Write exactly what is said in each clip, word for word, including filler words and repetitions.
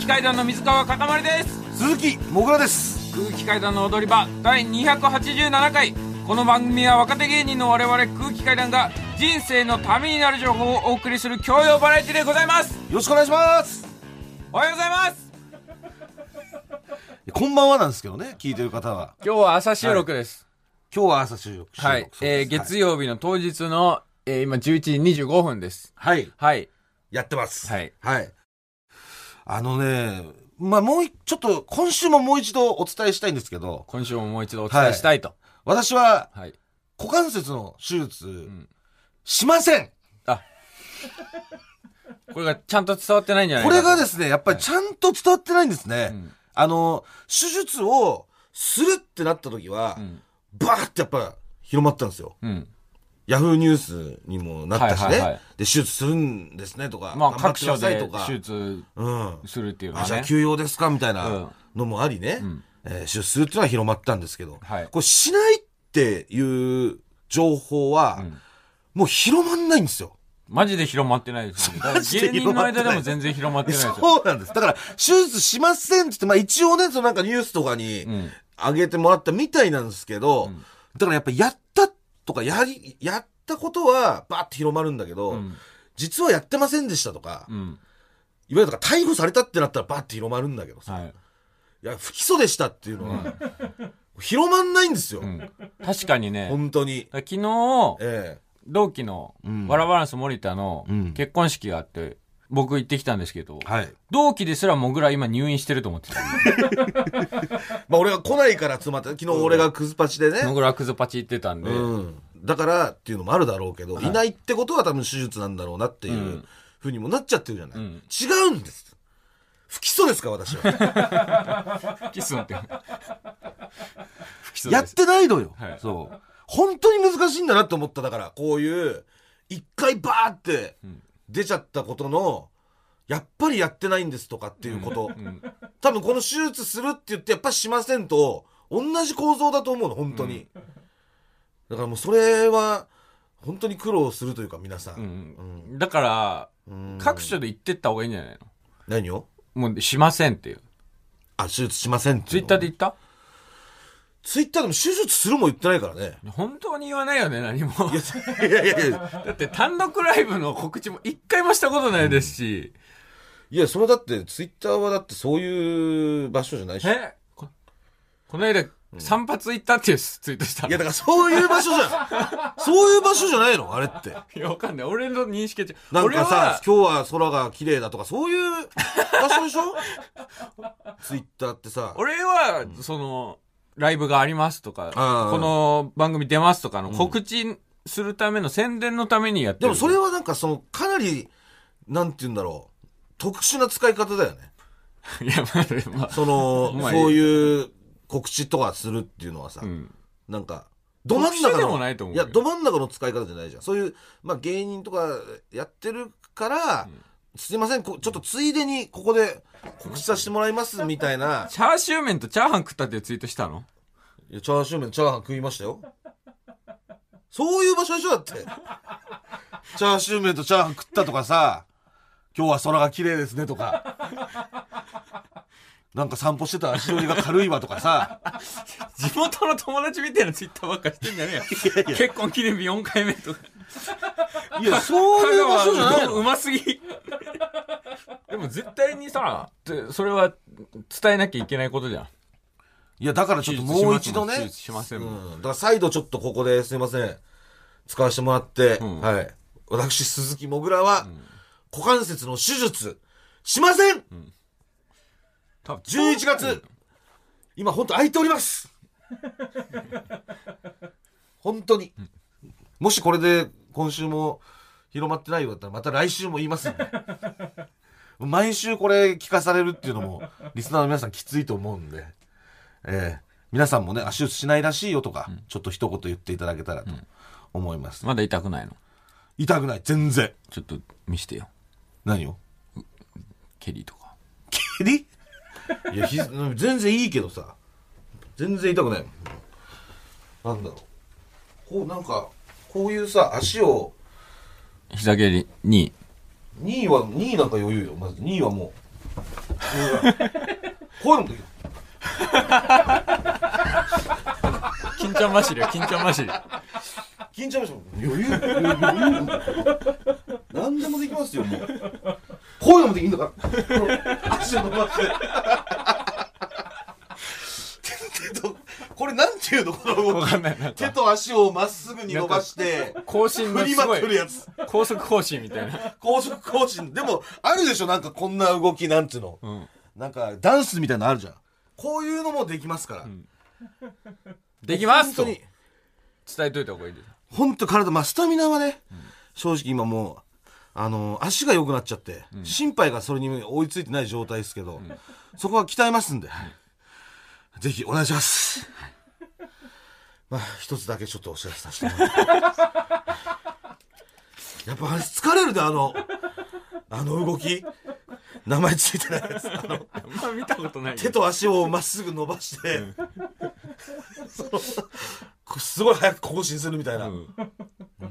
気階段の水川かたまりです。 鈴木もぐらです。 空気階段の踊り場だいにひゃくはちじゅうななかい。この番組は若手芸人の我々空気階段が人生のためになる情報をお送りする教養バラエティでございます。よろしくお願いします。 おはようございます。 こんばんはなんですけどね、聞いてる方は。 今日は朝収録です、 はい、今日は朝収録はい、えー、月曜日の当日の、えー、今じゅういちじにじゅうごふんです。 はいはいやってます。 はい、 はい、あのね、まあもうちょっと今週ももう一度お伝えしたいんですけど、 今週ももう一度お伝えしたいと、はい、 私は、はい、股関節の手術、うん、しません。あこれがちゃんと伝わってないんじゃないか。 これがですね、やっぱりちゃんと伝わってないんですね、はい、あの手術をするってなった時は、うん、バーってやっぱ広まったんですよ、うん、ヤフーニュースにもなったしね、はいはいはい、で手術するんですねとか、 まあ、各所で手術するっていうのはね、 うん、あじゃあ休養ですかみたいなのもありね、うんえー、手術するっていうのは広まったんですけど、はい、これしないっていう情報は、うん、もう広まんないんですよ。 マジで広まってないですよね。芸人の間でも全然広まってないですよ。 そうなんです。だから手術しませんって言って、まあ一応ね、そのなんかニュースとかに上げてもらったみたいなんですけど、うん、だからやっぱやったとかやりやったことはバーって広まるんだけど、うん、実はやってませんでしたとか、うん、いわゆる逮捕されたってなったらバーって広まるんだけどさ、はい、いや不起訴でしたっていうのは、うん、広まんないんですよ。うん、 確かにね。 本当に。 昨日。ええ同期のワラバランス森田の結婚式があって、うん、僕行ってきたんですけど、はい、同期ですらもぐら今入院してると思ってたまあ俺が来ないから詰まって昨日俺がクズパチでね、 もぐらクズパチ行ってたんで、うん、だからっていうのもあるだろうけど、はい、いないってことは多分手術なんだろうなっていう、うん、ふうにもなっちゃってるじゃない、うん、違うんです。不起訴ですか私は不起訴って不起訴やってないのよ、はい、そう本当に難しいんだなって思った。だからこういう一回バーって出ちゃったことのやっぱりやってないんですとかっていうこと、うんうん、多分この手術するって言ってやっぱしませんと同じ構造だと思うの本当に、うん、だからもうそれは本当に苦労するというか皆さん、 うんうん、だから各所で言ってった方がいいんじゃないの。 何をもうしませんっていう。 あ手術しませんっていう。 ツイッターで言った。 ツイッターでも手術するも言ってないからね。 本当に言わないよね何も。いやいやいやいやだって単独ライブの告知も一回もしたことないですし、 うん、いやそれだってツイッターはだってそういう場所じゃないし。 え こ, この間、うん、散髪行ったっていうツイートしたの。 いやだからそういう場所じゃんそういう場所じゃないのあれって。 いやわかんない俺の認識はなんかさ今日は空が綺麗だとかそういう場所でしょツイッターってさ。 俺は、うん、そのライブがありますとかこの番組出ますとかの告知するための宣伝のためにやってる、 うん、でもそれはなんかそのかなりなんて言うんだろう特殊な使い方だよね。 いやまあ、まあ、 そのそういう告知とかするっていうのはさ、うん、なんかど真ん中のいやど真ん中の使い方じゃないじゃん。そういう、まあ、芸人とかやってるから、うん、すいませんちょっとついでにここで告知させてもらいますみたいな。 チャーシュー麺とチャーハン食ったっていうツイートしたの。 いやチャーシュー麺チャーハン食いましたよ。そういう場所でしょだってチャーシュー麺とチャーハン食ったとかさ今日は空が綺麗ですねとかなんか散歩してたら足取りが軽いわとかさ地元の友達みたいなツイッターばっかしてんじゃねえよ。いやいや結婚記念日よんかいめとかいやそういう場所じゃないの。 うますぎでも絶対にさそれは伝えなきゃいけないことじゃん。 いやだからちょっともう一度ねしませんもん、 うん、だから再度ちょっとここですいません使わせてもらって、うん、はい私鈴木もぐらは、うん、股関節の手術しません、うん、じゅういちがつ、うん、今本当空いております本当に、うん、もしこれで今週も広まってないようだったらまた来週も言いますんで毎週これ聞かされるっていうのもリスナーの皆さんきついと思うんで、えー、皆さんもね足打ちしないらしいよとか、うん、ちょっと一言言っていただけたらと思います、 うん、まだ痛くないの。 痛くない全然。 ちょっと見してよ。何を蹴りとか。 蹴りいやひ全然いいけどさ全然痛くないもん。なんだろうこうなんかこういうさ足を膝蹴りににいはにいなんか余裕よ。まずにいはもこういうのもできる。 金ちゃん走りよ、金ちゃん走り。 金ちゃん走り。余裕余裕。何でもできますよ、もう。こういうのもできるんだから。足を伸ばして。手と、これなんていうのこの動き。手と足をまっすぐに伸ばして、 更新の振りまくるやつ。 高速更新みたいな。 高速更新。でも、あるでしょなんかこんな動き、なんていうの。うん、なんか、ダンスみたいなのあるじゃん。こういうのもできますから。うん、 できますと伝えといた方がいいです。 本当体、まあ、スタミナはね、うん、正直今もう、あのー、足が良くなっちゃって、うん、心肺がそれに追いついてない状態ですけど、うん、そこは鍛えますんで、うん、ぜひお願いします。まあ、一つだけちょっとお知らせさせてもらって。やっぱ疲れるで、あの、あの動き。名前ついてないやつ。あの、 あんま見たことない。 手と足をまっすぐ伸ばして、うん、すごい早く更新するみたいな。うんうん、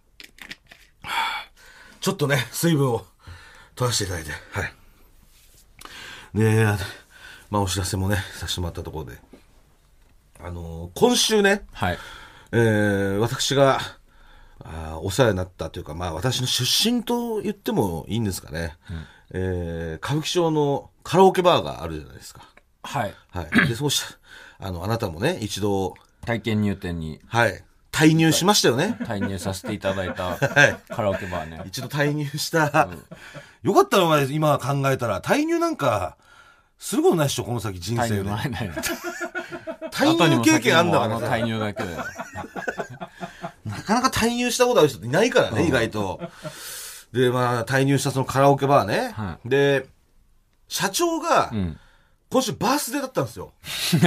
ちょっとね、水分を取らせていただいて、はい。で、まあお知らせもね、させてもらったところで、あのー、今週ね、 はい、 えー、私が、あお世話になったというか、まあ私の出身と言ってもいいんですかね。うん、えー、歌舞伎町のカラオケバーがあるじゃないですか。 はい。 はい。で、そうした、あの、あなたもね、一度、 体験入店に。 はい。退入しましたよね。 退入させていただいたカラオケバーね。 一度退入した。うん、よかったのが今考えたら、退入なんか、することないっしょ、この先人生で。退入ないない。退入経験あんだからさ。 退入だけで。 なかなか退入したことある人っていないからね、うん、意外と。で、まあ、退入したそのカラオケバーね。はい、で、社長が、うん、今週バースデーだったんですよ。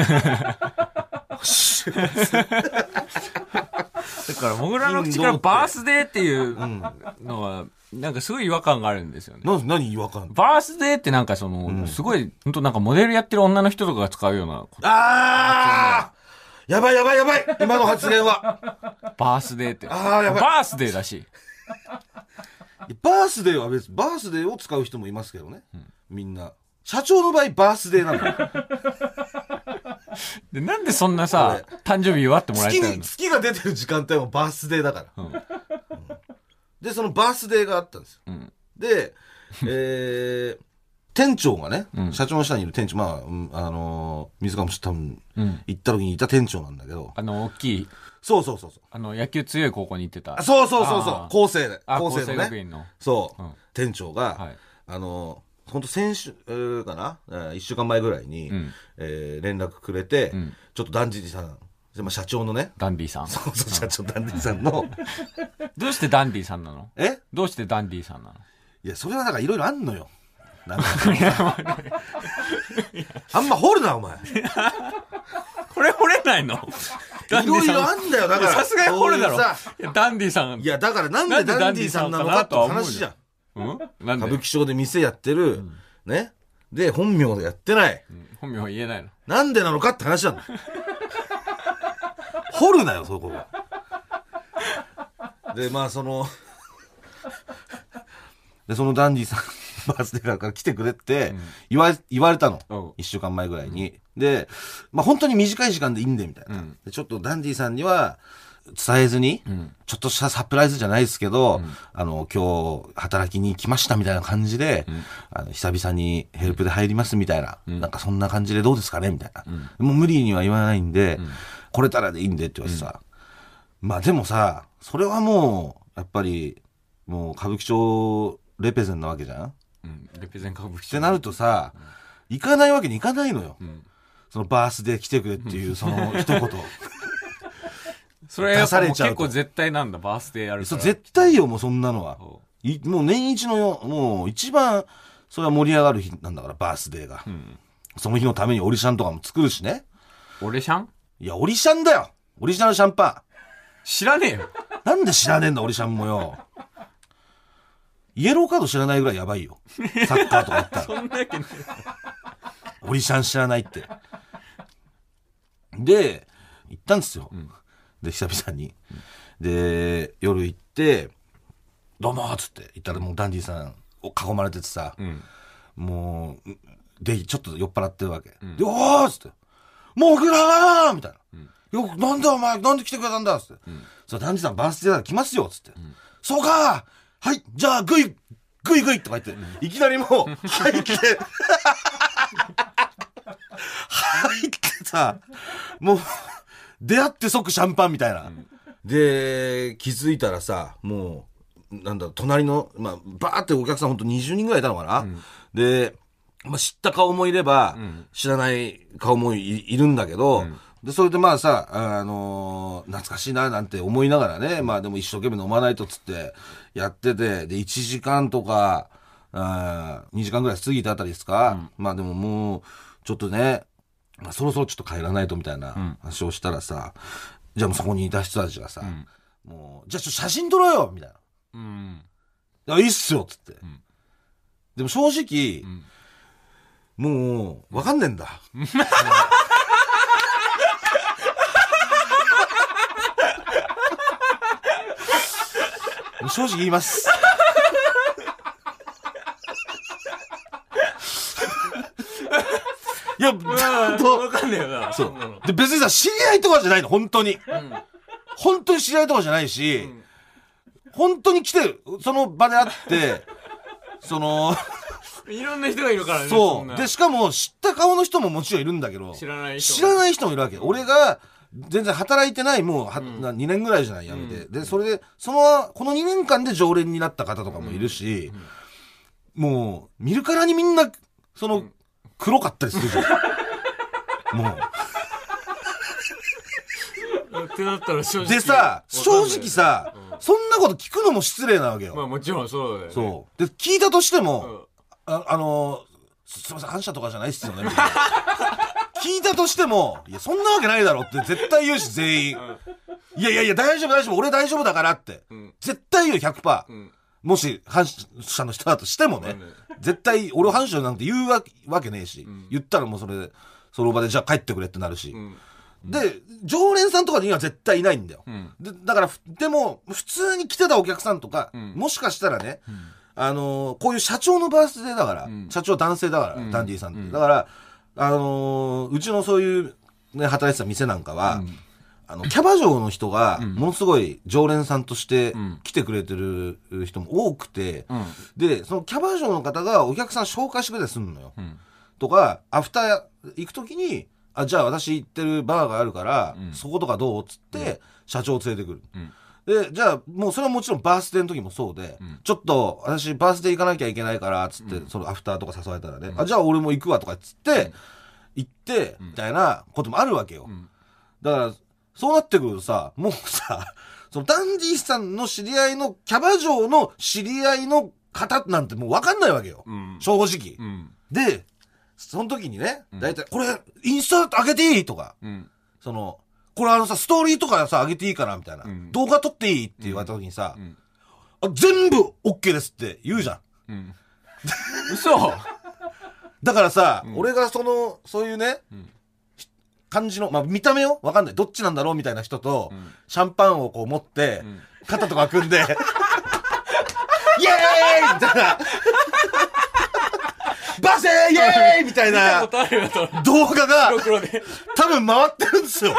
だから、もぐらの口からバースデーっていうのは、なんかすごい違和感があるんですよね。 な、何違和感？ バースデーってなんかその、うん、すごい、ほんとなんかモデルやってる女の人とかが使うような。 あーやばいやばいやばい今の発言は。 バースデーって。 あーやばい。 バースデーだし。 バースデーは別に、バースデーを使う人もいますけどね。うん、みんな。社長の場合、バースデーなの。 でなんでそんなさ、誕生日祝ってもらえたの？ 月に、月が出てる時間帯もバースデーだから。うんうん、で、そのバースデーがあったんですよ。うん、で、えー、店長がね、うん、社長の下にいる店長、まあ、うん、あのー、水上多分、うん、行った時にいた店長なんだけど。 あの、大きい。 そうそうそうそう。 あの、野球強い高校に行ってた。 そうそうそうそう。高生で。 高生のね。 学院の。 そう。うん、店長が、はい、あのー、ほんと先週、えー、かな、えー、いっしゅうかんまえぐらいに、うん、えー、連絡くれて、うん、ちょっとダンディさん、社長のね。 ダンディさん。 そうそう、社長ダンディさんの。 どうしてダンディさんなの？ え？ どうしてダンディさんなの？ いや、それはなんかいろいろあんのよ。なんかあんま掘るな、お前。 これ掘れないの？ いろいろあんだよ、だから。 さすがに掘るだろ。いや、ダンディさん。 いや、だからなんでダンディさんなのかって話じゃん。うん、なんで歌舞伎町で店やってる、うん、ね。で、本名でやってない。 うん、本名は言えないの。 なんでなのかって話なの。掘るなよ、そこが。で、まあ、その、で、そのダンディさん、バースデーから来てくれって言われ、言われたの。一週間前ぐらいに。うん、で、まあ、本当に短い時間でいいんで、みたいな。うん、でちょっとダンディさんには、伝えずに、うん、ちょっとしたサプライズじゃないですけど、うん、あの、今日働きに来ましたみたいな感じで、うん、あの久々にヘルプで入りますみたいな、うん、なんかそんな感じでどうですかねみたいな、うん。もう無理には言わないんで、うん、来れたらでいいんでって言われてさ、うん、まあでもさ、それはもう、やっぱり、もう歌舞伎町レペゼンなわけじゃん、 うん、レペゼン歌舞伎町。 ってなるとさ、うん、行かないわけにいかないのよ。うん、そのバースデー来てくれっていう、その一言。 それやっぱもう結構絶対なんだ、バースデーやるから。 そう、絶対よ、もうそんなのは。いもう年一のよ、もう一番、それは盛り上がる日なんだから、バースデーが。うん、その日のためにオリシャンとかも作るしね。 オリシャン？いや、オリシャンだよ。オリジナルシャンパン。 知らねえよ。 なんで知らねえんだ、オリシャンもよ。イエローカード知らないぐらいやばいよ。サッカーとかやったら。 そんなわけない。 オリシャン知らないって。で、行ったんですよ。うん、で、久々に。で、夜行って、どうもーっつって行ったらもうダンディさんを囲まれててさ、うん、もう、 でちょっと酔っ払ってるわけ、うん、でおーっつってもう来なーみたいな、うん、よなんだお前なんで来てくれたんだっつって、うん、それダンディさんバースデーだから来ますよっつって、うん、そうかはいじゃあグイグイグイとか言って、うん、いきなりもう入って入ってさもう出会って即シャンパンみたいな、うん、で気づいたらさもうなんだ隣のまあバーってお客さんほんとにじゅうにんぐらいいたのかな、うん、で、まあ、知った顔もいれば、うん、知らない顔も い, いるんだけど、うん、でそれでまあさ、あのー、懐かしいななんて思いながらね、まあでも一生懸命飲まないとっつってやっててでいちじかんとかあにじかんぐらい過ぎたあたりですか、うん、まあでももうちょっとね、まあ、そろそろちょっと帰らないとみたいな話をしたらさ、うん、じゃあもうそこにいた人たちがさ、うん、もうじゃあちょっと写真撮ろうよみたいな、うん、いやいいっすよっつって、うん、でも正直、うん、もう分かんねえんだ、うん、正直言いますいや、分かんねえよな。 そう。で、別にさ、知り合いとかじゃないの、本当に。うん、本当に知り合いとかじゃないし、うん、本当に来て、その場で会って、その、 いろんな人がいるからね。 そう。で、しかも、知った顔の人ももちろんいるんだけど、 知らない人も。 知らない人もいるわけ。俺が、全然働いてない、もうは、うん、にねんぐらいじゃない、やめて。うん、で、それで、その、このにねんかんで常連になった方とかもいるし、うんうん、もう、見るからにみんな、その、うん黒かったりするじゃんもうってなったら正直でさ正直さ、うん、そんなこと聞くのも失礼なわけよ。 まあもちろんそうだよね。 そうで聞いたとしても、うん、あ, あのすいません反社とかじゃないっすよねみたいな聞いたとしてもいやそんなわけないだろって絶対言うし全員、うん、いやいやいや大丈夫大丈夫俺大丈夫だからって、うん、絶対言う ひゃくパーセント、うんもし反社の人だとしてもね、絶対俺反社なんて言う わ, わけねえし、うん、言ったらもうそれでその場でじゃあ帰ってくれってなるし、うん、で常連さんとかには絶対いないんだよ、うん、でだからでも普通に来てたお客さんとか、うん、もしかしたらね、うん、あのー、こういう社長のバースデーだから、うん、社長男性だから、うん、ダンディさんって、うん、だからあのー、うちのそういう、ね、働いてた店なんかは、うんあのキャバ嬢の人がものすごい常連さんとして来てくれてる人も多くて、うん、でそのキャバ嬢の方がお客さん紹介してくれたりするのよ、うん、とかアフター行く時にあじゃあ私行ってるバーがあるから、うん、そことかどうっつって、うん、社長を連れてくる、うん、でじゃあもうそれはもちろんバースデーの時もそうで、うん、ちょっと私バースデー行かなきゃいけないからっつって、うん、そのアフターとか誘われたらね、うん、あじゃあ俺も行くわとかっつって、うん、行ってみたいなこともあるわけよ、うん、だからそうなってくるとさ、もうさ、そのダンディさんの知り合いのキャバ嬢の知り合いの方なんてもう分かんないわけよ。うん、正直、うん。で、その時にね、だいたいこれインスタ上げていいとか、うん、その、これあのさ、ストーリーとかさ、上げていいかなみたいな、うん。動画撮っていいって言われた時にさ、うん、あ全部 OK ですって言うじゃん。うん、 嘘だからさ、うん、俺がその、そういうね、うん感じの、まあ、見た目よわかんない。どっちなんだろうみたいな人と、うん、シャンパンをこう持って、うん、肩とか組んで、イエーイみたいな。バセーイエーイみたいな動画が多分回ってるんですよ。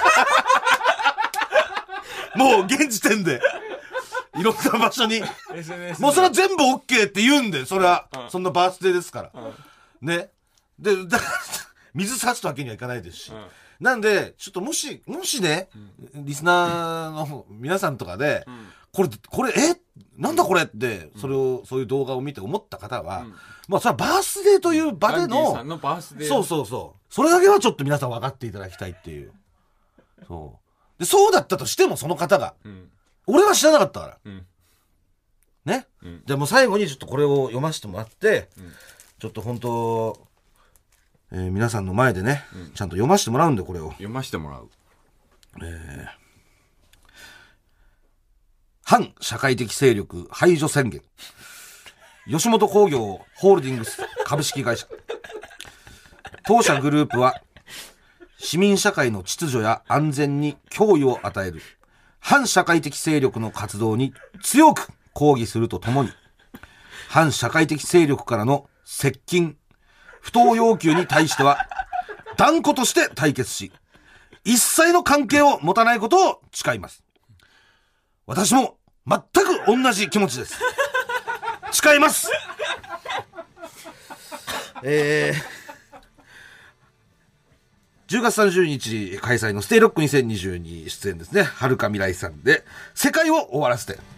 もう現時点で。いろんな場所に。もうそれは全部 OK って言うんで、それは、うん、そんなバースデーですから。うん、ね。で、だから水差すわけにはいかないですし、うん、なんでちょっともしもしね、うん、リスナーの皆さんとかで、うん、これこれえなんだこれって、うん、それをそういう動画を見て思った方は、うん、まあそれはバースデーという場での、 さんのバースデーそうそうそうそれだけはちょっと皆さん分かっていただきたいっていうそうでそうだったとしてもその方が、うん、俺は知らなかったから、うん、ね、うん、じゃあもう最後にちょっとこれを読ませてもらって、うん、ちょっと本当えー、皆さんの前でね、うん、ちゃんと読ませてもらうんでこれを読ませてもらう、 えー、反社会的勢力排除宣言吉本興業ホールディングス株式会社当社グループは市民社会の秩序や安全に脅威を与える反社会的勢力の活動に強く抗議するとともに反社会的勢力からの接近不当要求に対しては断固として対決し、一切の関係を持たないことを誓います。私も全く同じ気持ちです。誓います。えー、じゅうがつさんじゅうにち開催のステイロックにせんにじゅうに出演ですね。はるか未来さんで世界を終わらせて。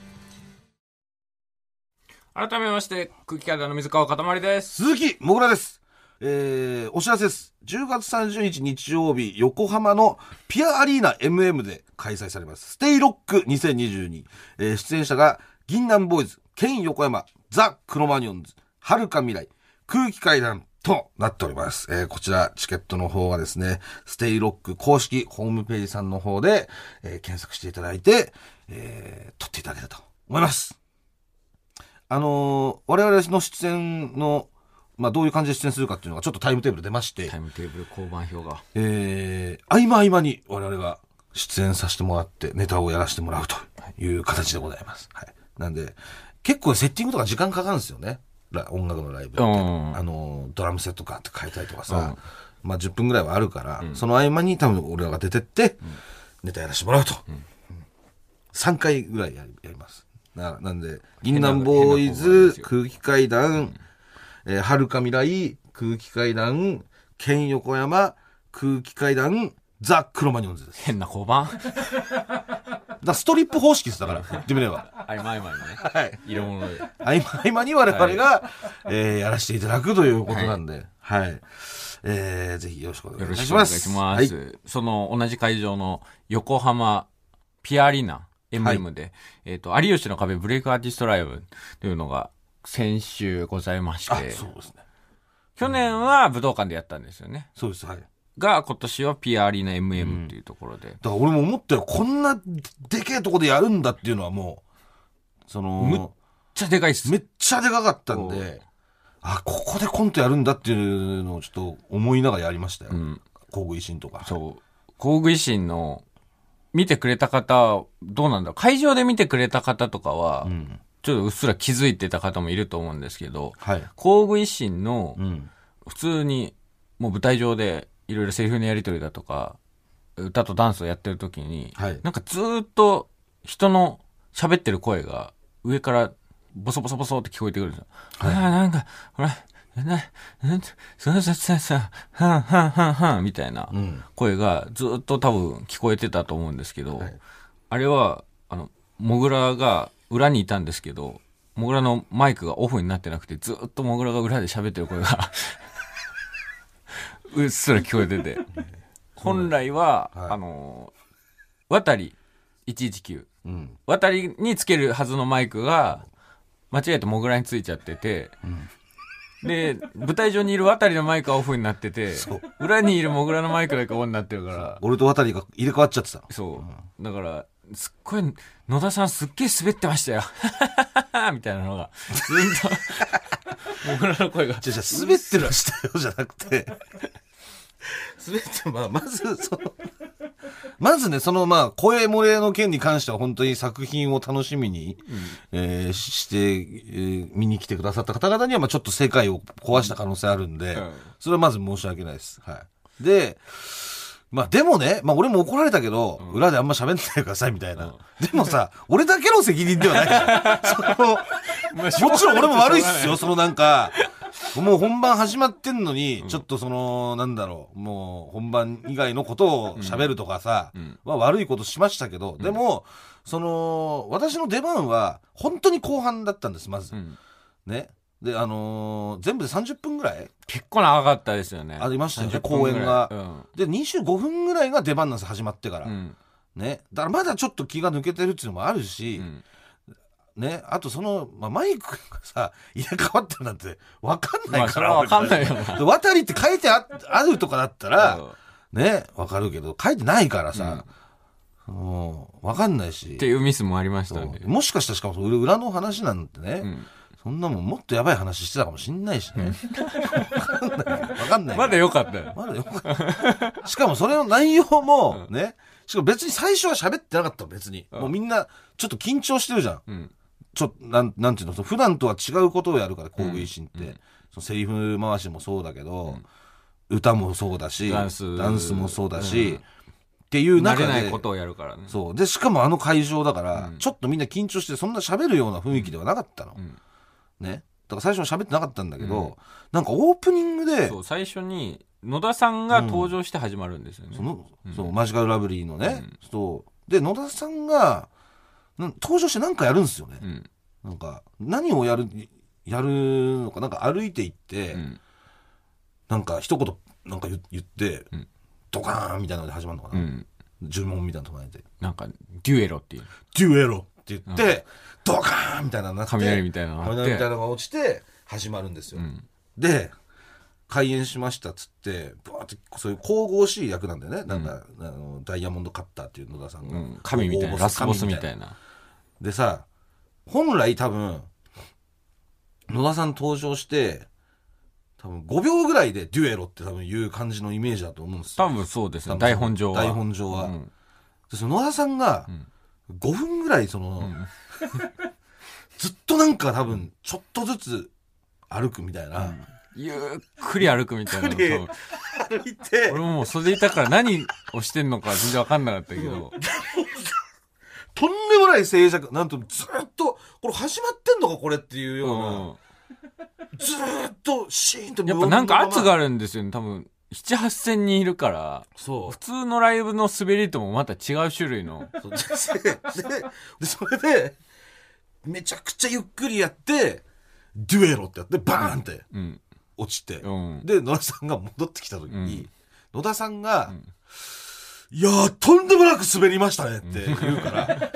改めまして空気階段の水川かたまりです。 鈴木もぐらです。えー、お知らせです。じゅうがつさんじゅうにち日曜日、横浜のピアアリーナ エムエム で開催されますステイロックにせんにじゅうに、えー、出演者が銀杏ボーイズ、ケン横山、ザ・クロマニヨンズ、はるか未来、空気階段となっております。えー、こちらチケットの方はですね、ステイロック公式ホームページさんの方で、えー、検索していただいて、えー、取っていただけたと思います。あのー、我々の出演のまあ、どういう感じで出演するかっていうのがちょっとタイムテーブル出まして、 タイムテーブル交番表が、 えー、合間合間に我々が出演させてもらってネタをやらせてもらうという形でございます、はい、なんで結構セッティングとか時間かかるんですよね。音楽のライブって、うん、あのドラムセットかって変えたりとかさ、うん、まあ、じゅっぷんぐらいはあるから、うん、その合間に多分俺らが出てって、うん、ネタやらせてもらうと、うんうん、さんかいぐらいやり、やります。 な, なんで銀杏ボーイズ、空気階段、うんえー、はるか未来、空気階段、ケン横山、空気階段、ザ・クロマニヨンズです。 変な交番だストリップ方式です。だから言ってみれば合間合間にね、 はい、 色物で合間合間に我々が、はいえー、やらせていただくということなんで、はい、はい、えー、ぜひよろしくお願いします。 よろしくお願いします、はい、その同じ会場の横浜ピアアリーナ エムエム で、はいえーと、有吉の壁ブレイクアーティストライブというのが先週ございまして、 そうですね、 去年は武道館でやったんですよね。 そうです、はい。 が今年はピアアリーナ エムエム っていうところで、うん、 だから俺も思ったよ、こんなでけえとこでやるんだっていうのはもうそのめっちゃでかいっす。 めっちゃでかかったんで、あここでコントやるんだっていうのをちょっと思いながらやりましたよ、うん、工具維新とか。 そう工具維新の見てくれた方どうなんだ、会場で見てくれた方とかは、うんちょっとうっすら気づいてた方もいると思うんですけど、はい、工具維新の普通にもう舞台上でいろいろセリフのやり取りだとか歌とダンスをやってる時に、はい、なんかずっと人の喋ってる声が上からボソボソボソって聞こえてくるんですよ、はい、ああなんかほらなそうそうそうそうはんはんはんはんみたいな声がずっと多分聞こえてたと思うんですけど、はい、あれはあのモグラが裏にいたんですけど、モグラのマイクがオフになってなくて、ずっとモグラが裏で喋ってる声がうっすら聞こえてて、本来は、はい、あの渡りいちいちきゅう、うん、渡りにつけるはずのマイクが間違えてモグラについちゃってて、うん、で舞台上にいる渡りのマイクはオフになってて、裏にいるモグラのマイクだけオンになってるから、 俺と渡りが入れ替わっちゃってた。 そう、だからすっごい野田さんすっげえ滑ってましたよみたいなのがずっとモグラの声がじゃじゃ滑ってましたよじゃなくて滑って、まあ、まずそのまずねそのまあ声漏れの件に関しては本当に作品を楽しみに、うんえー、して、えー、見に来てくださった方々にはまあちょっと世界を壊した可能性あるんで、うん、それはまず申し訳ないです、はい、でまあでもね、まあ俺も怒られたけど、うん、裏であんま喋んないでくださいみたいな。うん、でもさ、俺だけの責任ではないじゃん。その、まあ、もちろん俺も悪いっすよ、そのなんか、もう本番始まってんのに、うん、ちょっとその、なんだろう、もう本番以外のことを喋るとかさ、うんは悪いことしましたけど、うん、でも、その、私の出番は本当に後半だったんです、まず。うん、ね。で、あのー、全部でさんじゅっぷんぐらい結構長かったですよね。 ありましたよね、公演が、うん。で、にじゅうごふんぐらいが出番なんです、始まってから。うん、ね。だからまだちょっと気が抜けてるっていうのもあるし、うん、ね。あとその、まあ、マイクがさ、入れ替わったなんて分かんないから。 まあ、それは分かんないよな。 渡りって書いて あ, あるとかだったら、ね、分かるけど、書いてないからさ、うん、分かんないし。 っていうミスもありましたね。 もしかしたらしかも裏の話なんてね、うんそんなもんもっとやばい話してたかもしんないしね。わかんない。わかんない。 まだよかったよ。 まだよかった。しかもそれの内容もね、しかも別に最初は喋ってなかった別に。うん、もうみんなちょっと緊張してるじゃん。うん、 ちょなん、なんていうの、普段とは違うことをやるから、工具維新って。うん、そのセリフ回しもそうだけど、うん、歌もそうだし、ダンス、ダンスもそうだし、うん、っていう中で。 慣れないことをやるからね。 そう。で、しかもあの会場だから、うん、ちょっとみんな緊張して、そんな喋るような雰囲気ではなかったの。うん、ね。だから最初は喋ってなかったんだけど、うん、なんかオープニングで。 そう、最初に、野田さんが登場して始まるんですよね。 その、そう、マジカルラブリーのね。そう。で、野田さんが、登場して何かやるんですよね。うん、なんか何をやるやるのか、なんか歩いていって、うん、なんか一言なんか言って、うん、ドカーンみたいなので始まるのかな、うん、呪文みたいなところでなんかデュエロっていうデュエロって言って、うん、ドカーンみたいなのになって、 雷みたいなのがあって雷みたいなのが落ちて始まるんですよ。うん、で開演しましたっつってバーってそういう神々しい役なんだよね。なんか、うん、あのダイヤモンドカッターっていう野田さんが、うん、 神みたいなラスボスみたいなでさ、本来多分野田さん登場して多分ごびょうぐらいでデュエロって多分言う感じのイメージだと思うんですよ。 多分そうですね、台本上は台本上は、うん、でその野田さんがごふんぐらいその、うん、ずっとなんか多分ちょっとずつ歩くみたいな、うん、 ゆっくり歩くみたいなの歩いて俺ももう袖いたから何をしてんのか全然分かんなかったけどとんでもない静寂、なんとずっとこれ始まってんのかこれっていうような、うん、ずっとシーンとやっぱなんか圧があるんですよね。多分ななはっせんにんいるから、そう普通のライブの滑りともまた違う種類のそうででそれでめちゃくちゃゆっくりやってデュエロってやってバーンって落ちて、うん、で野田さんが戻ってきた時に、うん、野田さんが、うん、いやーとんでもなく滑りましたねって言うから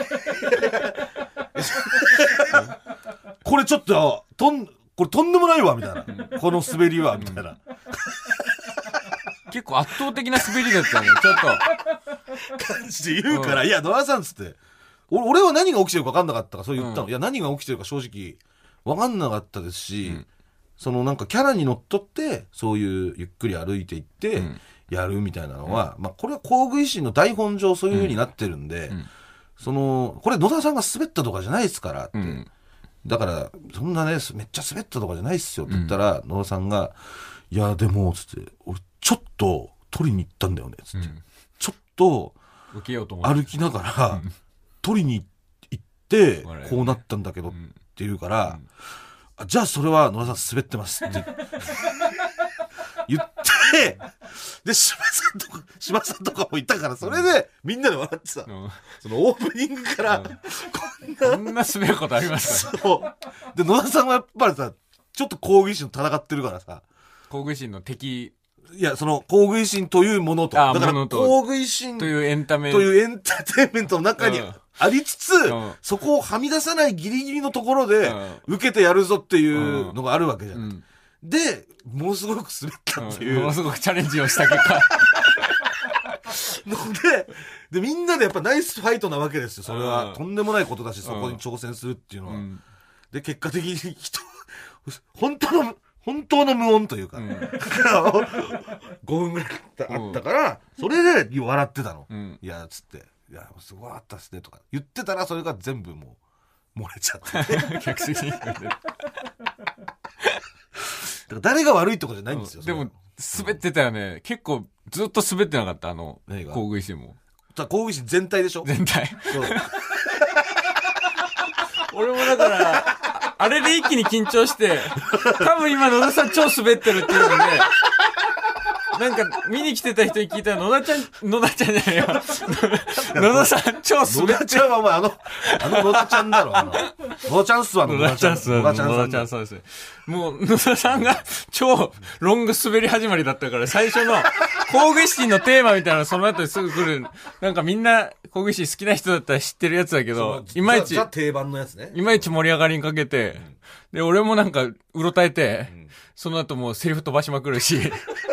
これちょっととんこれとんでもないわみたいな、うん、この滑りはみたいな、うん、 結構圧倒的な滑りだったねちょっと感じで言うから、うん、いや野田さんっつって俺は何が起きてるか分かんなかったからそう言ったの、うん、いや何が起きてるか正直分かんなかったですし、うん、そのなんかキャラにのっとってそういうゆっくり歩いていって、うんやるみたいなのは、うんまあ、これは工具維新の台本上そういう風になってるんで、うん、そのこれ野田さんが滑ったとかじゃないですからって、うん、だからそんなねめっちゃ滑ったとかじゃないっすよって言ったら、うん、野田さんがいやでもつって俺ちょっと取りに行ったんだよねつって、うん、ちょっと歩きながら、うん、取りに行ってこうなったんだけどって言うから、うん、じゃあそれは野田さん滑ってますって言ってで島さんとか島さんとかもいたからそれでみんなで笑ってた、うん、そのオープニングから、うん、こんなこんな滑ることありますか、ね、 そうで野田さんはやっぱりさちょっと工具維新と戦ってるからさ工具維新の敵いやその工具維新というものとだから工具維新というエンタメというエンターテインメントの中にありつつ、うん、そこをはみ出さないギリギリのところで受けてやるぞっていうのがあるわけじゃん、うんうんでものすごく滑ったっていう、 うん、ものすごくチャレンジをした結果のででみんなでやっぱナイスファイトなわけですよそれは、うん、とんでもないことだしそこに挑戦するっていうのは、うん、で結果的に人本当の本当の無音というか、うん、ごふんぐらいあったから、うん、それで笑ってたの、うん、いやつっていやすごかったっすねとか言ってたらそれが全部もう漏れちゃって客席にだから誰が悪いとかじゃないんですよ、うん、 でも滑ってたよね、うん、結構ずっと滑ってなかったあの工具維新も工具維新全体でしょ全体俺もだからあれで一気に緊張して多分今野田さん超滑ってるっていうのでなんか見に来てた人に聞いたら野田ちゃん野田ちゃんじゃないよ野田さん超滑ってる野田ちゃんはお前あのあの野田ちゃんだろあの野田ちゃんっすわ野田ちゃんっすわ野田ちゃんそうですもう野田さんが超ロング滑り始まりだったから最初の工具維新のテーマみたいなのその後にすぐ来るなんかみんな工具維新好きな人だったら知ってるやつだけどいまいち定番のやつねいまいち盛り上がりにかけて、うん、で俺もなんかうろたえて、うん、その後もうセリフ飛ばしまくるし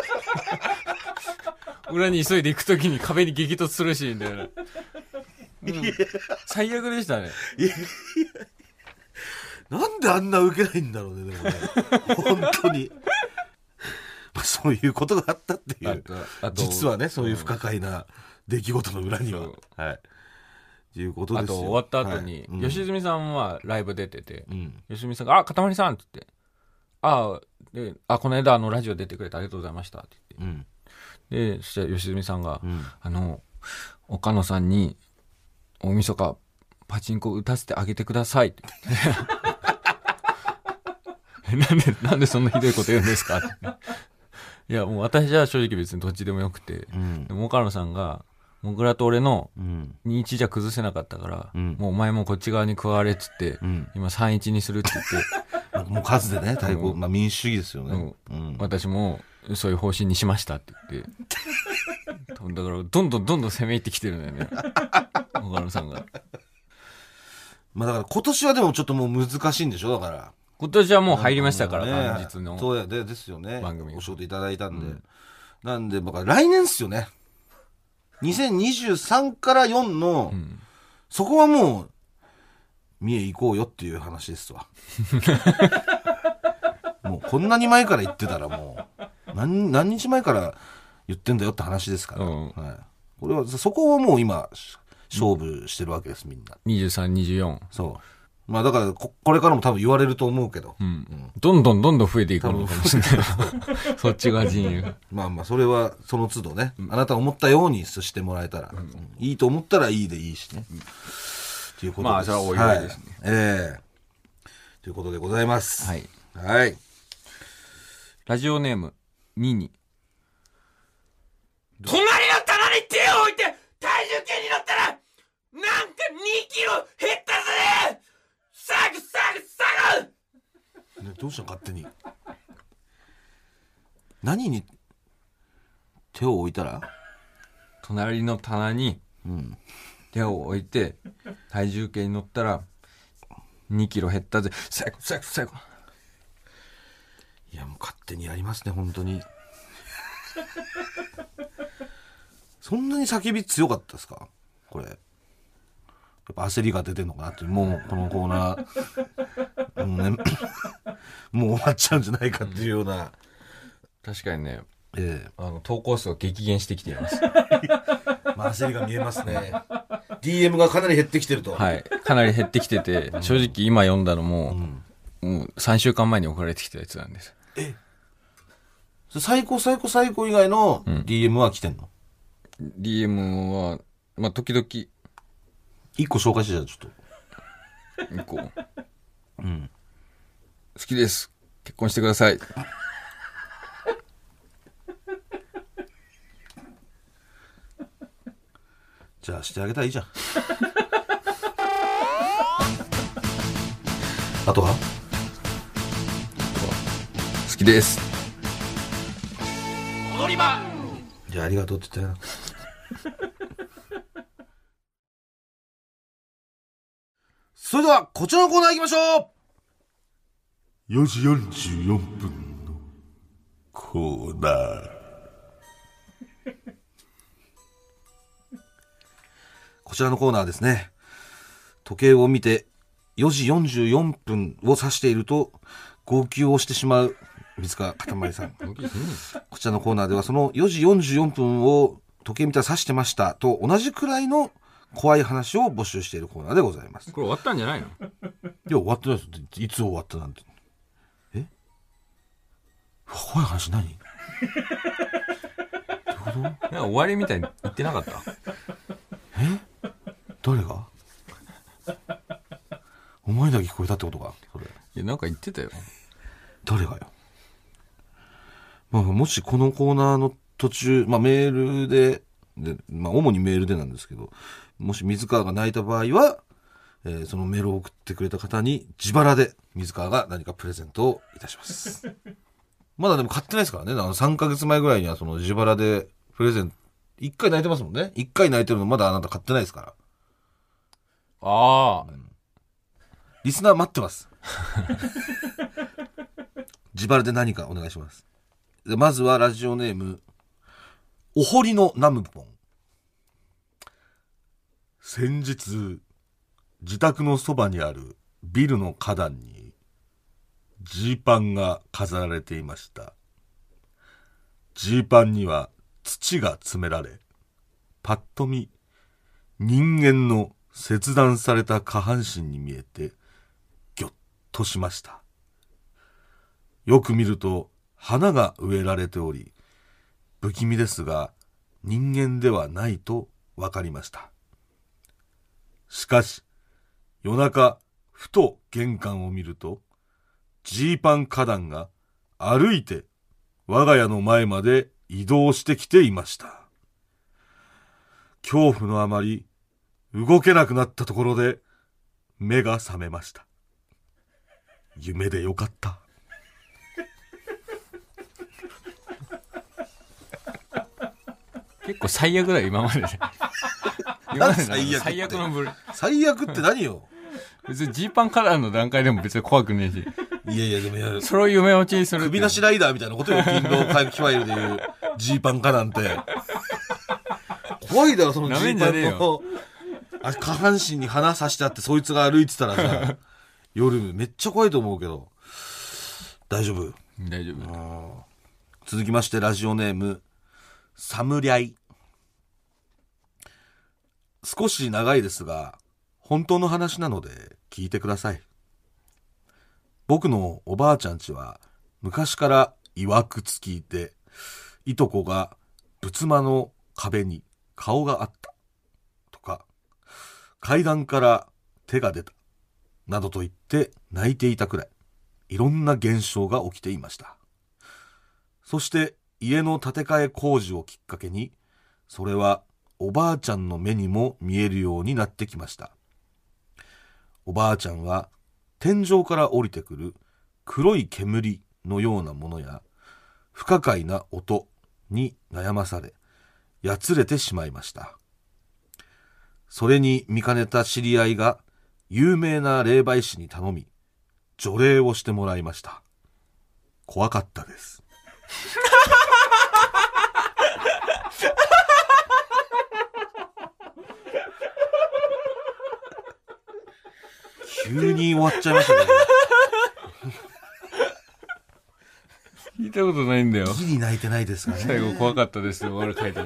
裏に急いで行くときに壁に激突するしみたいな、うん、最悪でしたねいやいやなんであんな受けないんだろうねでもね本当にそういうことがあったっていう実はねそういう不可解な出来事の裏には、はい、 いうことですよ。 あと終わった後に、 はいうん、 吉住さんはライブ出てて、うん、吉住さんが、あ、かたまりさんって言って、あで、あ、この間あのラジオ出てくれてありがとうございましたって言って、うん、で、そしたら吉住さんが、うん、あの、岡野さんに、大晦日、パチンコ打たせてあげてくださいって言って。なんで、なんでそんなひどいこと言うんですかって。いや、もう私は正直別にどっちでもよくて、うん、でも岡野さんが、もぐらと俺のにいちじゃ崩せなかったから、うん、もうお前もこっち側に加われっつって、うん、今さんいちにするって言って。 もう数でね、対抗、まあ民主主義ですよね。 うん、私もそういう方針にしましたって言って。だからどんどんどんどん攻め入ってきてるんだよね。岡野さんが。 まあだから今年はでもちょっともう難しいんでしょだから。 今年はもう入りましたから、元日の。 そうやでですよね。 番組。 お仕事いただいたんで。うん、なんで、だから来年っすよね。にせんにじゅうさんからよんの、うん、そこはもう、三重行こうよっていう話ですわ。もうこんなに前から言ってたらもう、何、何日前から言ってんだよって話ですから。うん、はい。これは、そこはもう今、勝負してるわけです、みんな。 にじゅうさん、にじゅうよん。 そう。まあだからこ、これからも多分言われると思うけど。うん。うん、 どんどんどんどん増えていくのかもしれない。そっちが陣営。 まあまあ、それはその都度ね、うん、あなた思ったようにしてもらえたら、うん、いいと思ったらいいでいいしね。うん、ということです。 まあ、それはお祝いですね。 はい、ええー。ということでございます。 はい。 はい。 ラジオネーム、ニニ。隣の棚に手を置いて体重計に乗ったら、なんかにキロ減ったぜサグサグサグ、 ね、どうしたの勝手に。何に手を置いたら、 隣の棚に手を置いて体重計に乗ったらにキロ減ったぜサグサグサグ。 いやもう勝手にやりますね本当に。そんなに叫び強かったですかこれ。やっぱ焦りが出てんのかなって。もうこのコーナーもう、ね、もう終わっちゃうんじゃないかっていうような。 確かにね、 ええ、 あの投稿数が激減してきています。 まあ焦りが見えますね。ディーエム がかなり減ってきてると。 はい、かなり減ってきてて、うん、正直今読んだのも、うん、もうさんしゅうかんまえに送られてきたやつなんです。 え最高最高最高以外の ディーエム は来てんの、 うん、ディーエム はまあ時々 一個紹介してじゃあちょっと一個うん好きです結婚してください。 じゃあしてあげたらいいじゃん。あとは好きです。 踊り場。じゃあありがとうって言ったよ。それではこちらのコーナー行きましょう。よじよんじゅうよんぷんのコーナー。こちらのコーナーですね。時計を見てよじよんじゅうよんぷんを指していると号泣をしてしまう水川かたまりさん。こちらのコーナーではそのよじよんじゅうよんぷんを時計見たら指してましたと同じくらいの怖い話を募集しているコーナーでございます。 これ終わったんじゃないの？いや終わってないです。いつ終わったなんて。え？怖い話何？どういうこと？なんか終わりみたいに言ってなかった？ え？誰が？お前だけ聞こえたってことかそれ。 いやなんか言ってたよ。 誰がよ。まあもしこのコーナーの途中、まあメールで、でまあ主にメールでなんですけど、もし水川が泣いた場合は、えー、そのメールを送ってくれた方に自腹で水川が何かプレゼントをいたします。まだでも買ってないですからね。あのさんかげつまえぐらいにはその自腹でプレゼント、いっかい泣いてますもんね。いっかい泣いてるのまだあなた買ってないですから。 ああ、うん、 リスナー待ってます。自腹で何かお願いします。でまずはラジオネームお堀のナムポン。先日自宅のそばにあるビルの花壇にジーパンが飾られていました。ジーパンには土が詰められ、パッと見人間の切断された下半身に見えてぎょっとしました。よく見ると花が植えられており、不気味ですが人間ではないとわかりました。しかし夜中ふと玄関を見ると、ジーパン花壇が歩いて我が家の前まで移動してきていました。恐怖のあまり動けなくなったところで目が覚めました。夢でよかった。 結構最悪だよ今までで。今まで最悪最悪の部類。 最悪って何よ。 別にジーパンカラーの段階でも別に怖くねえし。 いやいやでもやる。 それを夢落ちにする。 首なしライダーみたいなことよ。勤労回復ファイルでいうジーパンカなんて。怖いだろそのジーパンの。あ下半身に花さしてあってそいつが歩いてたらさ、夜めっちゃ怖いと思うけど。大丈夫？ 大丈夫。 続きましてラジオネームサムリャイ。少し長いですが本当の話なので聞いてください。僕のおばあちゃんちは昔から曰く付きで、いとこが仏間の壁に顔があったとか、階段から手が出たなどと言って泣いていたくらい、いろんな現象が起きていました。そして家の建て替え工事をきっかけに、それはおばあちゃんの目にも見えるようになってきました。おばあちゃんは天井から降りてくる黒い煙のようなものや不可解な音に悩まされ、やつれてしまいました。それに見かねた知り合いが有名な霊媒師に頼み、除霊をしてもらいました。怖かったです。急に終わっちゃいましたね。 聞いたことないんだよ。 ギリ泣いてないですかね。 最後怖かったですよ。俺書いたの。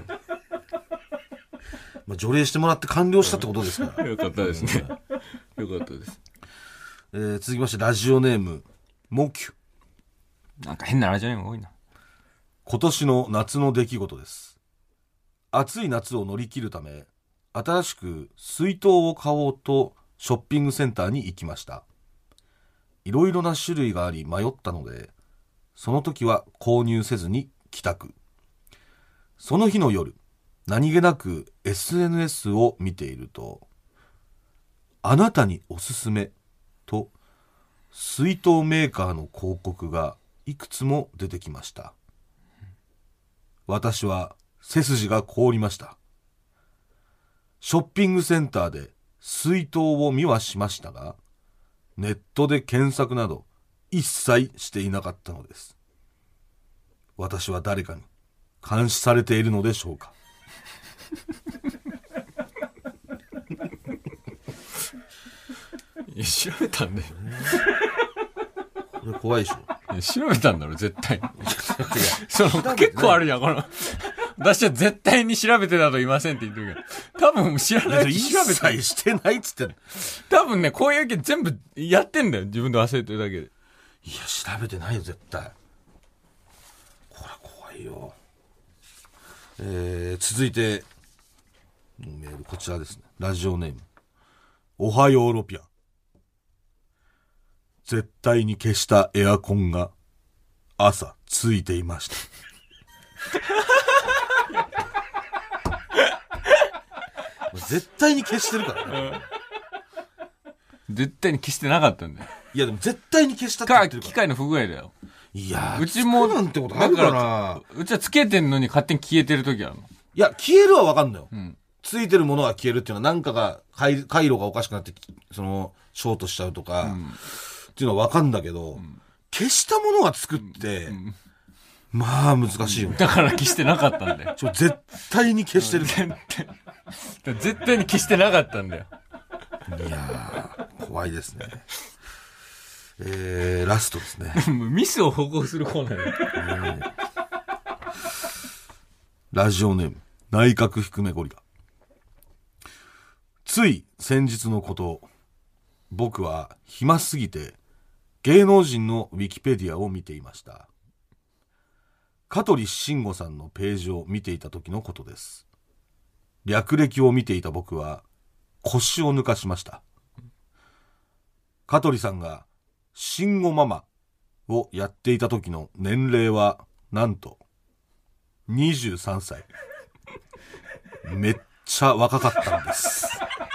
まあ除霊してもらって完了したってことですから。 よかったですね。よかったです。 えー、続きましてラジオネームモキュ。 なんか変なラジオネームが多いな。 今年の夏の出来事です。暑い夏を乗り切るため、新しく水筒を買おうとショッピングセンターに行きました。いろいろな種類があり迷ったので、その時は購入せずに帰宅。その日の夜、何気なく エスエヌエス を見ていると、あなたにおすすめと水筒メーカーの広告がいくつも出てきました。私は背筋が凍りました。ショッピングセンターで水筒を見はしましたが、ネットで検索など一切していなかったのです。私は誰かに監視されているのでしょうか。 いや調べたんだよ。 これ怖いでしょ。 いや調べたんだろ絶対。その結構あるじゃんこの。私は絶対に調べてたと言いませんって言ってるけど、多分知らないし調べたりしてないっつってんの。 多分ねこういう系全部やってんだよ自分で忘れてるだけで。 いや調べてないよ絶対。これ怖いよ。えー、続いてメールこちらですね。ラジオネームおはようロピア。絶対に消したエアコンが朝ついていました。絶対に消してるからね、 うん、絶対に消してなかったんだよ。 いやでも絶対に消したって言ってるから。 機械の不具合だよ。 いやうちもなんてことあるかな。 うちはつけてんのに勝手に消えてる時あるの。 いや消えるは分かんのよ、うん、ついてるものが消えるっていうのは何かが回路がおかしくなってそのショートしちゃうとか、うん、っていうのは分かんだけど、うん、消したものがつくって、うん、まあ難しいよね。 だから消してなかったんだよ。 ちょ絶対に消してる絶対に消してなかったんだよ。 いやー怖いですね。えー、ラストですね。 ミスを報告するコーナーだよ、ね、 ラジオネーム内角低めゴリラ。 つい先日のこと、僕は暇すぎて芸能人のウィキペディアを見ていました。香取慎吾さんのページを見ていた時のことです。略歴を見ていた僕は腰を抜かしました。香取さんが慎吾ママをやっていた時の年齢はなんとにじゅうさんさい。めっちゃ若かったんです。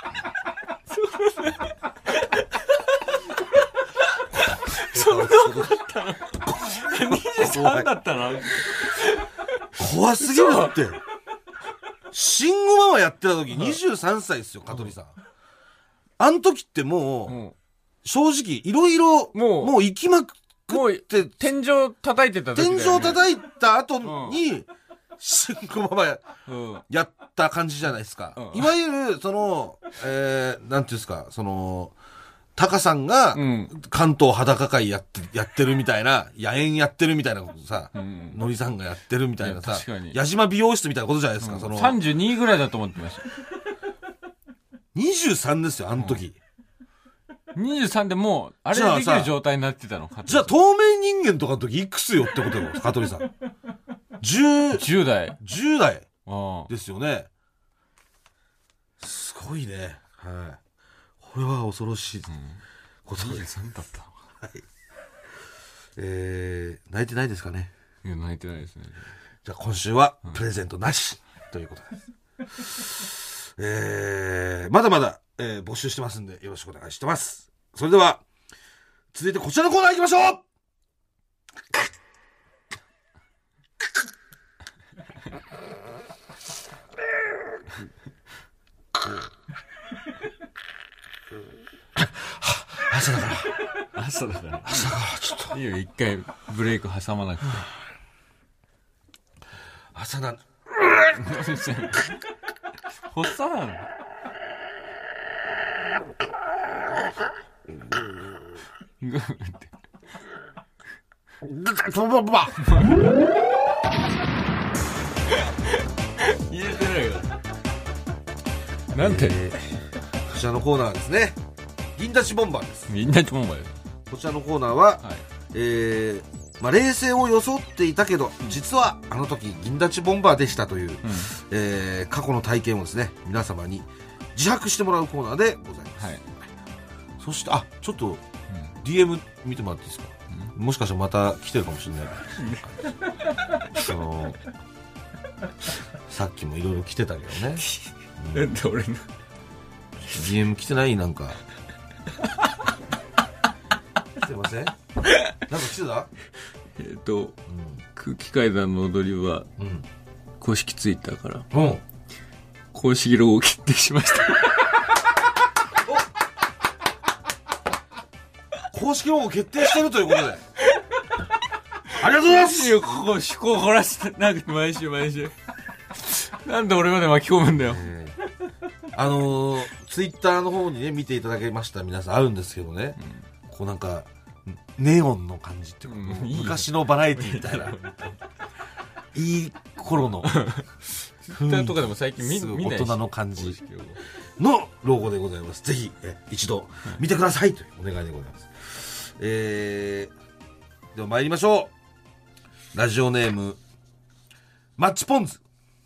そんなことだったの？にじゅうさんだったの？ 怖すぎるって。慎吾ママやってた時にじゅうさんさいですよ、香取さん。あん時ってもう、うん、正直いろいろもうもう行きまくって天井叩いてた時だよね。 天井叩いた後に慎吾ママ や,、うん、やった感じじゃないですか、うん、いわゆるその、えー、なんていうんですか、そのタカさんが関東裸会やって、やってるみたいな、野猿やってるみたいなことさ、うん、のりさんがやってるみたいなさ、矢島美容室みたいなことじゃないですか、うん、そのさんじゅうにぐらいだと思ってました。 にじゅうさんですよ、あの時、 うん、にじゅうさんでもうあれでできる状態になってたの？ じゃあ透明人間とかの時いくつよってことよ、香取さん。じゅう、 じゅう代じゅう代ですよね。すごいね。はい。これは恐ろしいことです。 にじゅうさんだった。 はい。えー、泣いてないですかね？ いや、泣いてないですね。 じゃあ今週はプレゼントなし、うん、ということです。えー、まだまだ、えー、募集してますんでよろしくお願いしてます。それでは続いてこちらのコーナー行きましょう。朝だから朝だから朝だからちょっといいよ、一回ブレイク挟まなくて。 朝な発作なの？言えてないよ。なんて、えー、こちらのコーナーはですね、銀立ちボンバーです。 銀立ちボンバーです。 こちらのコーナーは、はい、えーまあ、冷静を装っていたけど実はあの時銀立ちボンバーでしたという、うん、えー、過去の体験をですね皆様に自白してもらうコーナーでございます、はい、そしてあちょっと、うん、ディーエム 見てもらっていいですか、うん、もしかしたらまた来てるかもしれないそのさっきもいろいろ来てたけどね、 うん、なんで俺のディーエム 来てない？なんか来てません？なんか来てた？ えっ、ー、と、うん、空気階段の踊りは、うん、公式ツイッターから、うん、公式ロゴを決定しました公式ロゴ決定してるということでありがとうございます。 ここ思考を凝らしてなんか毎週毎週なんで俺まで巻き込むんだよ、えー、あのー、ツイッターの方にね見ていただけました皆さんあるんですけどね、うん、こうなんかネオンの感じっていうか、うん、いい昔のバラエティみたいないい頃のツイッターとかでも最近見見ないし大人の感じのロゴでございます。ぜひえ一度見てくださいというお願いでございます、えー、では参りましょう。ラジオネームマッチポンズ。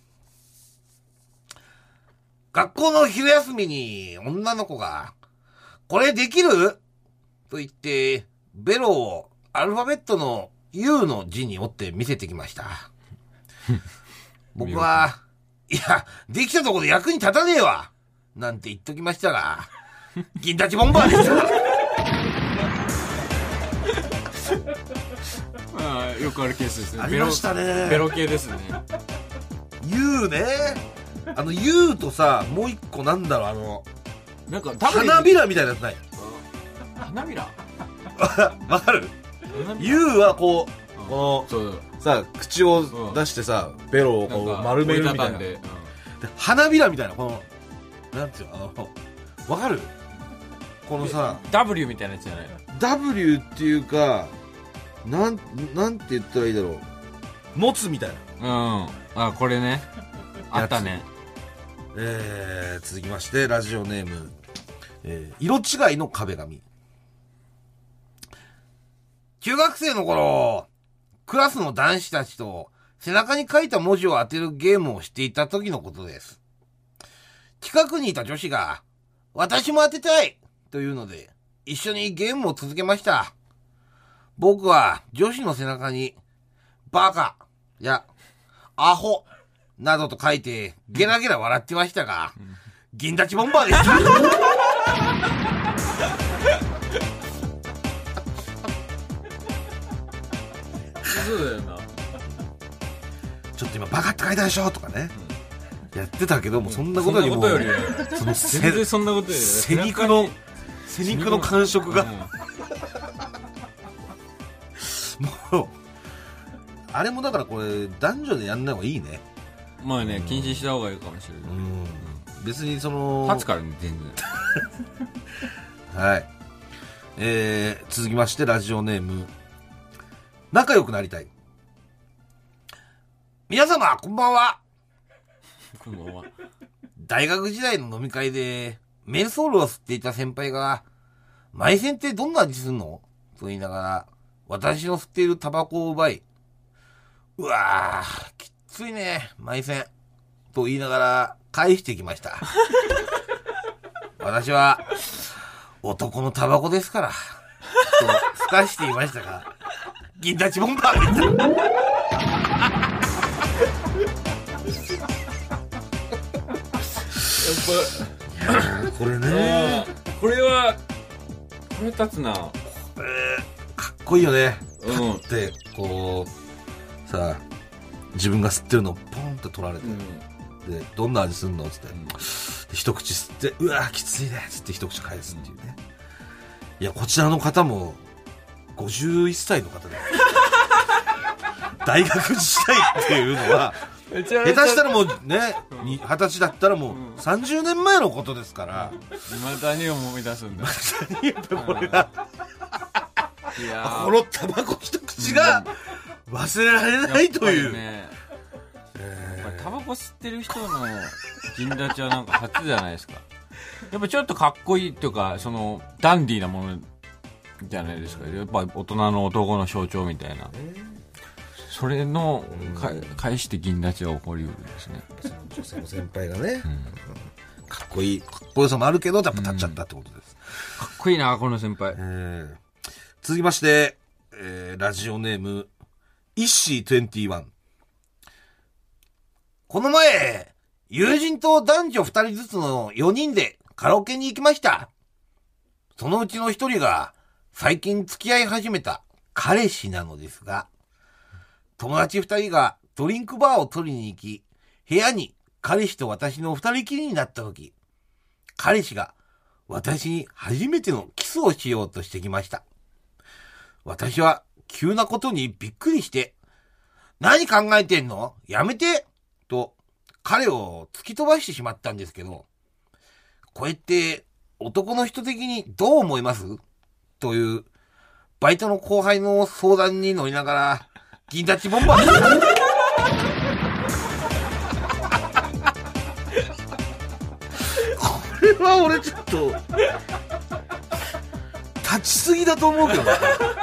学校の昼休みに女の子がこれできると言ってベロをアルファベットの U の字に折って見せてきました僕はいやできたところで役に立たねえわなんて言っときましたが銀立ちボンバーですまあよくあるケースですね。 ありましたね。 ベロ系ですね。 U ね、あの U とさもう一個なんだろう、あのなんか花びらみたいなやつない？ 花びらわかる？ U はこうこのさ口を出してさベロをこう丸めるみたいな、うん、で花びらみたいなこのなんていうの、あのわかる？このさ W みたいなやつじゃないの？ W っていうかなんなんて言ったらいいだろう、持つみたいな。うん、あこれねあったね。 えー、続きましてラジオネーム、えー、色違いの壁紙。中学生の頃、クラスの男子たちと背中に書いた文字を当てるゲームをしていた時のことです。近くにいた女子が、私も当てたいというので、一緒にゲームを続けました。僕は女子の背中に、バカやアホなどと書いてゲラゲラ笑ってましたが、うん、銀立ちボンバーでした。 そうだよな。 ちょっと今バカって書いたでしょとかね、うん、やってたけども、そんなことにもそんなことよりその全然そんなことより背肉の背肉の感触が、うん、もうあれもだからこれ男女でやんない方がいいね。 まあね、禁止した方がいいかもしれない、うん、 別にその立つからね全然はい、えー、続きましてラジオネーム仲良くなりたい。皆様こんばんは。 こんばんは。 大学時代の飲み会でメンソールを吸っていた先輩が、マイセンってどんな味すんのと言いながら私の吸っているタバコを奪い、うわーきついねマイセンと言いながら返してきました。私は男のタバコですからとふかしていましたが、銀立ちボンバーでした。やっぱこれね、 これはこれ立つな。これかっこいいよね。うん、ってこうさあ自分が吸ってるのをポンと取られて、うん、でどんな味すんのっつって、うん、一口吸ってうわきついねっつって一口返すっていうね、うん、いやこちらの方もごじゅういっさいの方で大学時代っていうのは下手したらもうね二十歳だったらもうさんじゅうねんまえのことですから、 またに思い出すんだ。 またにやっぱこれがいやこのタバコ一口が忘れられないという、ねえー、タバコ吸ってる人の銀立ちはなんか初じゃないですか。やっぱちょっとかっこいいっていうか、そのダンディーなものじゃないですか。やっぱ大人の男の象徴みたいな、それのか返して銀立ちが起こりうるんですね。 女性の先輩がね、うん、かっこいいかっこよさもあるけどやっぱ立っちゃったってことです、 うん、かっこいいなこの先輩、 えー、続きまして、えー、ラジオネームイッシーにじゅういち。この前友人と男女ふたりずつのよにんでカラオケに行きました。そのうちのひとりが最近付き合い始めた彼氏なのですが、友達ふたりがドリンクバーを取りに行き、部屋に彼氏と私の二人きりになった時、彼氏が私に初めてのキスをしようとしてきました。私は急なことにびっくりして、何考えてんの？やめてと彼を突き飛ばしてしまったんですけど、これって男の人的にどう思います？というバイトの後輩の相談に乗りながら銀立ちボンバーこれは俺ちょっと立ちすぎだと思うけどね。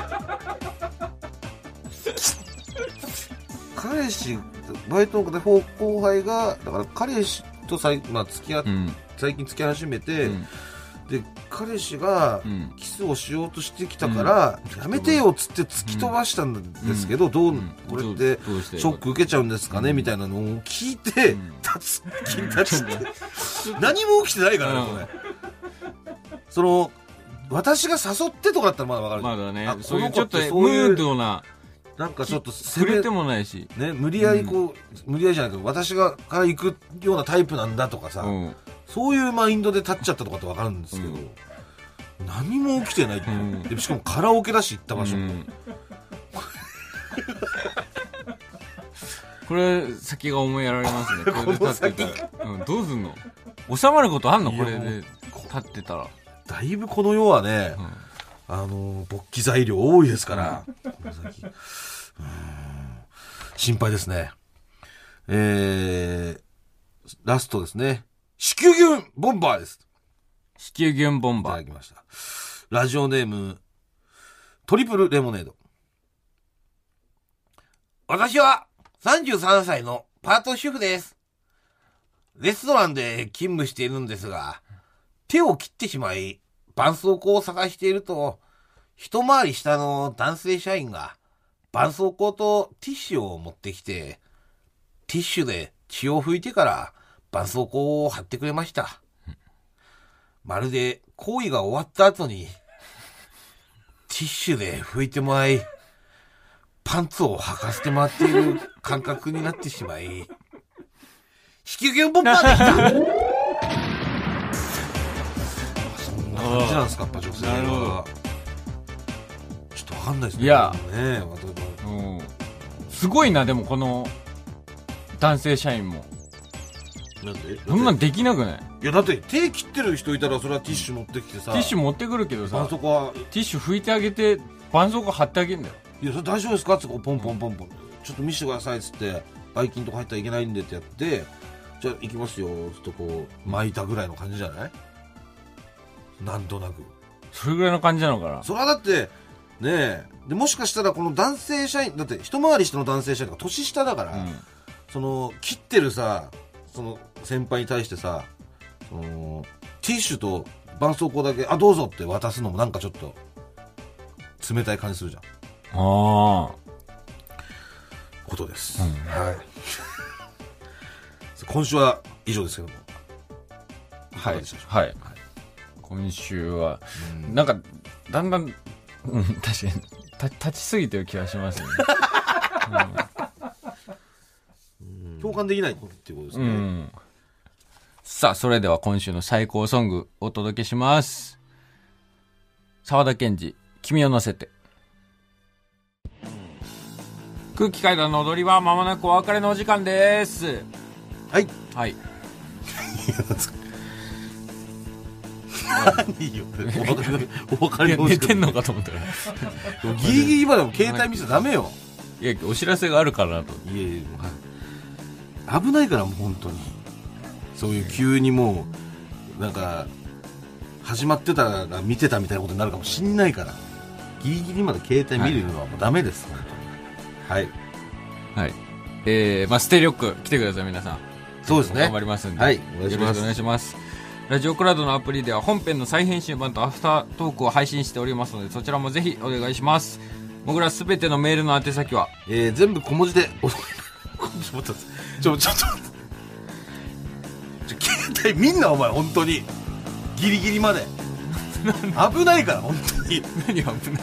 彼氏バイトで後輩がだから彼氏とさい、まあ、付き合っ、うん、最近付き合い始めて、うん、で彼氏がキスをしようとしてきたから、うん、やめてよっつって突き飛ばしたんですけど、うん、どう、うん、これってショック受けちゃうんですかね、うん、みたいなのを聞いて、うん、立つ金立ちって何も起きてないからねこれ、うん、その私が誘ってとかだったらまだ分かる。 まだね、そういうちょっとムードななんかちょっと触れてもないし、 ね、無理やりこう、うん、無理やりじゃないけど私がから行くようなタイプなんだとかさ、うん、そういうマインドで立っちゃったとかって分かるんですけど、うん、何も起きてないって、うん、でしかもカラオケだし行った場所、うん、 これ先が思いやられますね。これで立ってたら、うん、どうすんの？収まることあんの？これで立ってたらだいぶこの世はね、うんあの勃起材料多いですから、うん、心配ですね。えー、ラストですね。 子宮牛ボンバーです。 子宮牛ボンバー。 いただきました。ラジオネーム、トリプルレモネード。私はさんじゅうさんさいのパート主婦です。レストランで勤務しているんですが、手を切ってしまい、絆創膏を探していると、一回り下の男性社員が、絆創膏とティッシュを持ってきて、ティッシュで血を拭いてから絆創膏を貼ってくれました。まるで行為が終わった後に、ティッシュで拭いてもらい、パンツを履かせてもらっている感覚になってしまい、子宮牛ボンバーでした。そんな感じなんですか、やっぱ女性は。なるほど。ちょっとわかんないですね。 いや、 ね、 うん、すごいな、でもこの男性社員も。 なんで？ そんなんできなくない？ いや、だって手切ってる人いたらそれはティッシュ持ってきてさ。 ティッシュ持ってくるけどさ、 そこはティッシュ拭いてあげて、絆創膏貼ってあげるんだよ。 いや、それ大丈夫ですかってポンポンポンポン。ちょっと見せてくださいっつって、ばい菌とか入ったらいけないんでってやって、じゃあ行きますよっつってこう巻いたぐらいの感じじゃない？なんとなく。 それぐらいの感じなのかな。 それはだってねえ、でもしかしたらこの男性社員だって一回り下の男性社員とか年下だから、うん、その切ってるさ、その先輩に対してさ、そのティッシュと絆創膏だけあどうぞって渡すのもなんかちょっと冷たい感じするじゃん。 ああ。 ことです。うん、はい。今週は以上ですけども。 はい。はい。今週は、うん、なんかだんだん、うん、確かに立ちすぎてる気がしますね。 うん、共感できないっていうことですね。うん、 さあ、それでは今週の最高ソングお届けします。沢田研二、君を乗せて。空気階段の踊りはまもなくお別れのお時間です。 はいはい何よお別れのお時間。 寝てんのかと思ったらギリギリまでも携帯見せちゃダメよ。 いや、お知らせがあるからなと。 いやいや、危ないからもう本当にそういう急にもうなんか始まってたら見てたみたいなことになるかもしんないから、ギリギリまで携帯見るのはもうダメです、はい、本当に。はい、 はい、えー、まあステレオック来てください皆さん。 そうですね、 頑張りますんで、 はい、 お願いします。よろしくお願いします。ラジオクラウドのアプリでは本編の再編集版とアフタートークを配信しておりますので、そちらもぜひお願いします。僕らすべてのメールの宛先は、 えー、全部小文字でおちょっとちょちょっとちょ携帯みんなお前本当にギリギリまで危ないから本当に。 何が危ない。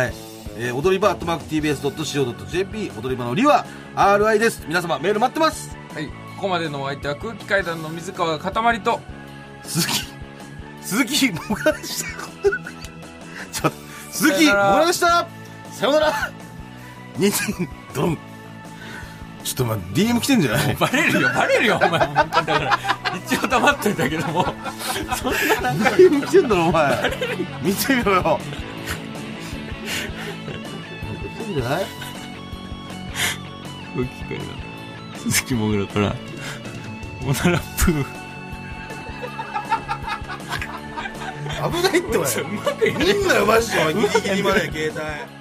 はい、えー、踊り場アットマーク ティービーエスドットシーオードットジェーピー 踊り場のりは アールアイ です。皆様メール待ってます。 はい、ここまでのお相手は空気階段の水川かたまりと鈴木鈴木もぐらでした。ちょっと鈴木もぐらでした。さようなら。にてんドン。ちょっとまあ ディーエム 来てんじゃない。 バレるよバレるよお前。だから一応黙ってんだけどもそんななんかディーエム 来てんだろお前。見てみろよ。来てんじゃない。 空気階段鈴木もぐらからおならプー。 危ないってお前。みんなよマジでギリギリまで携帯。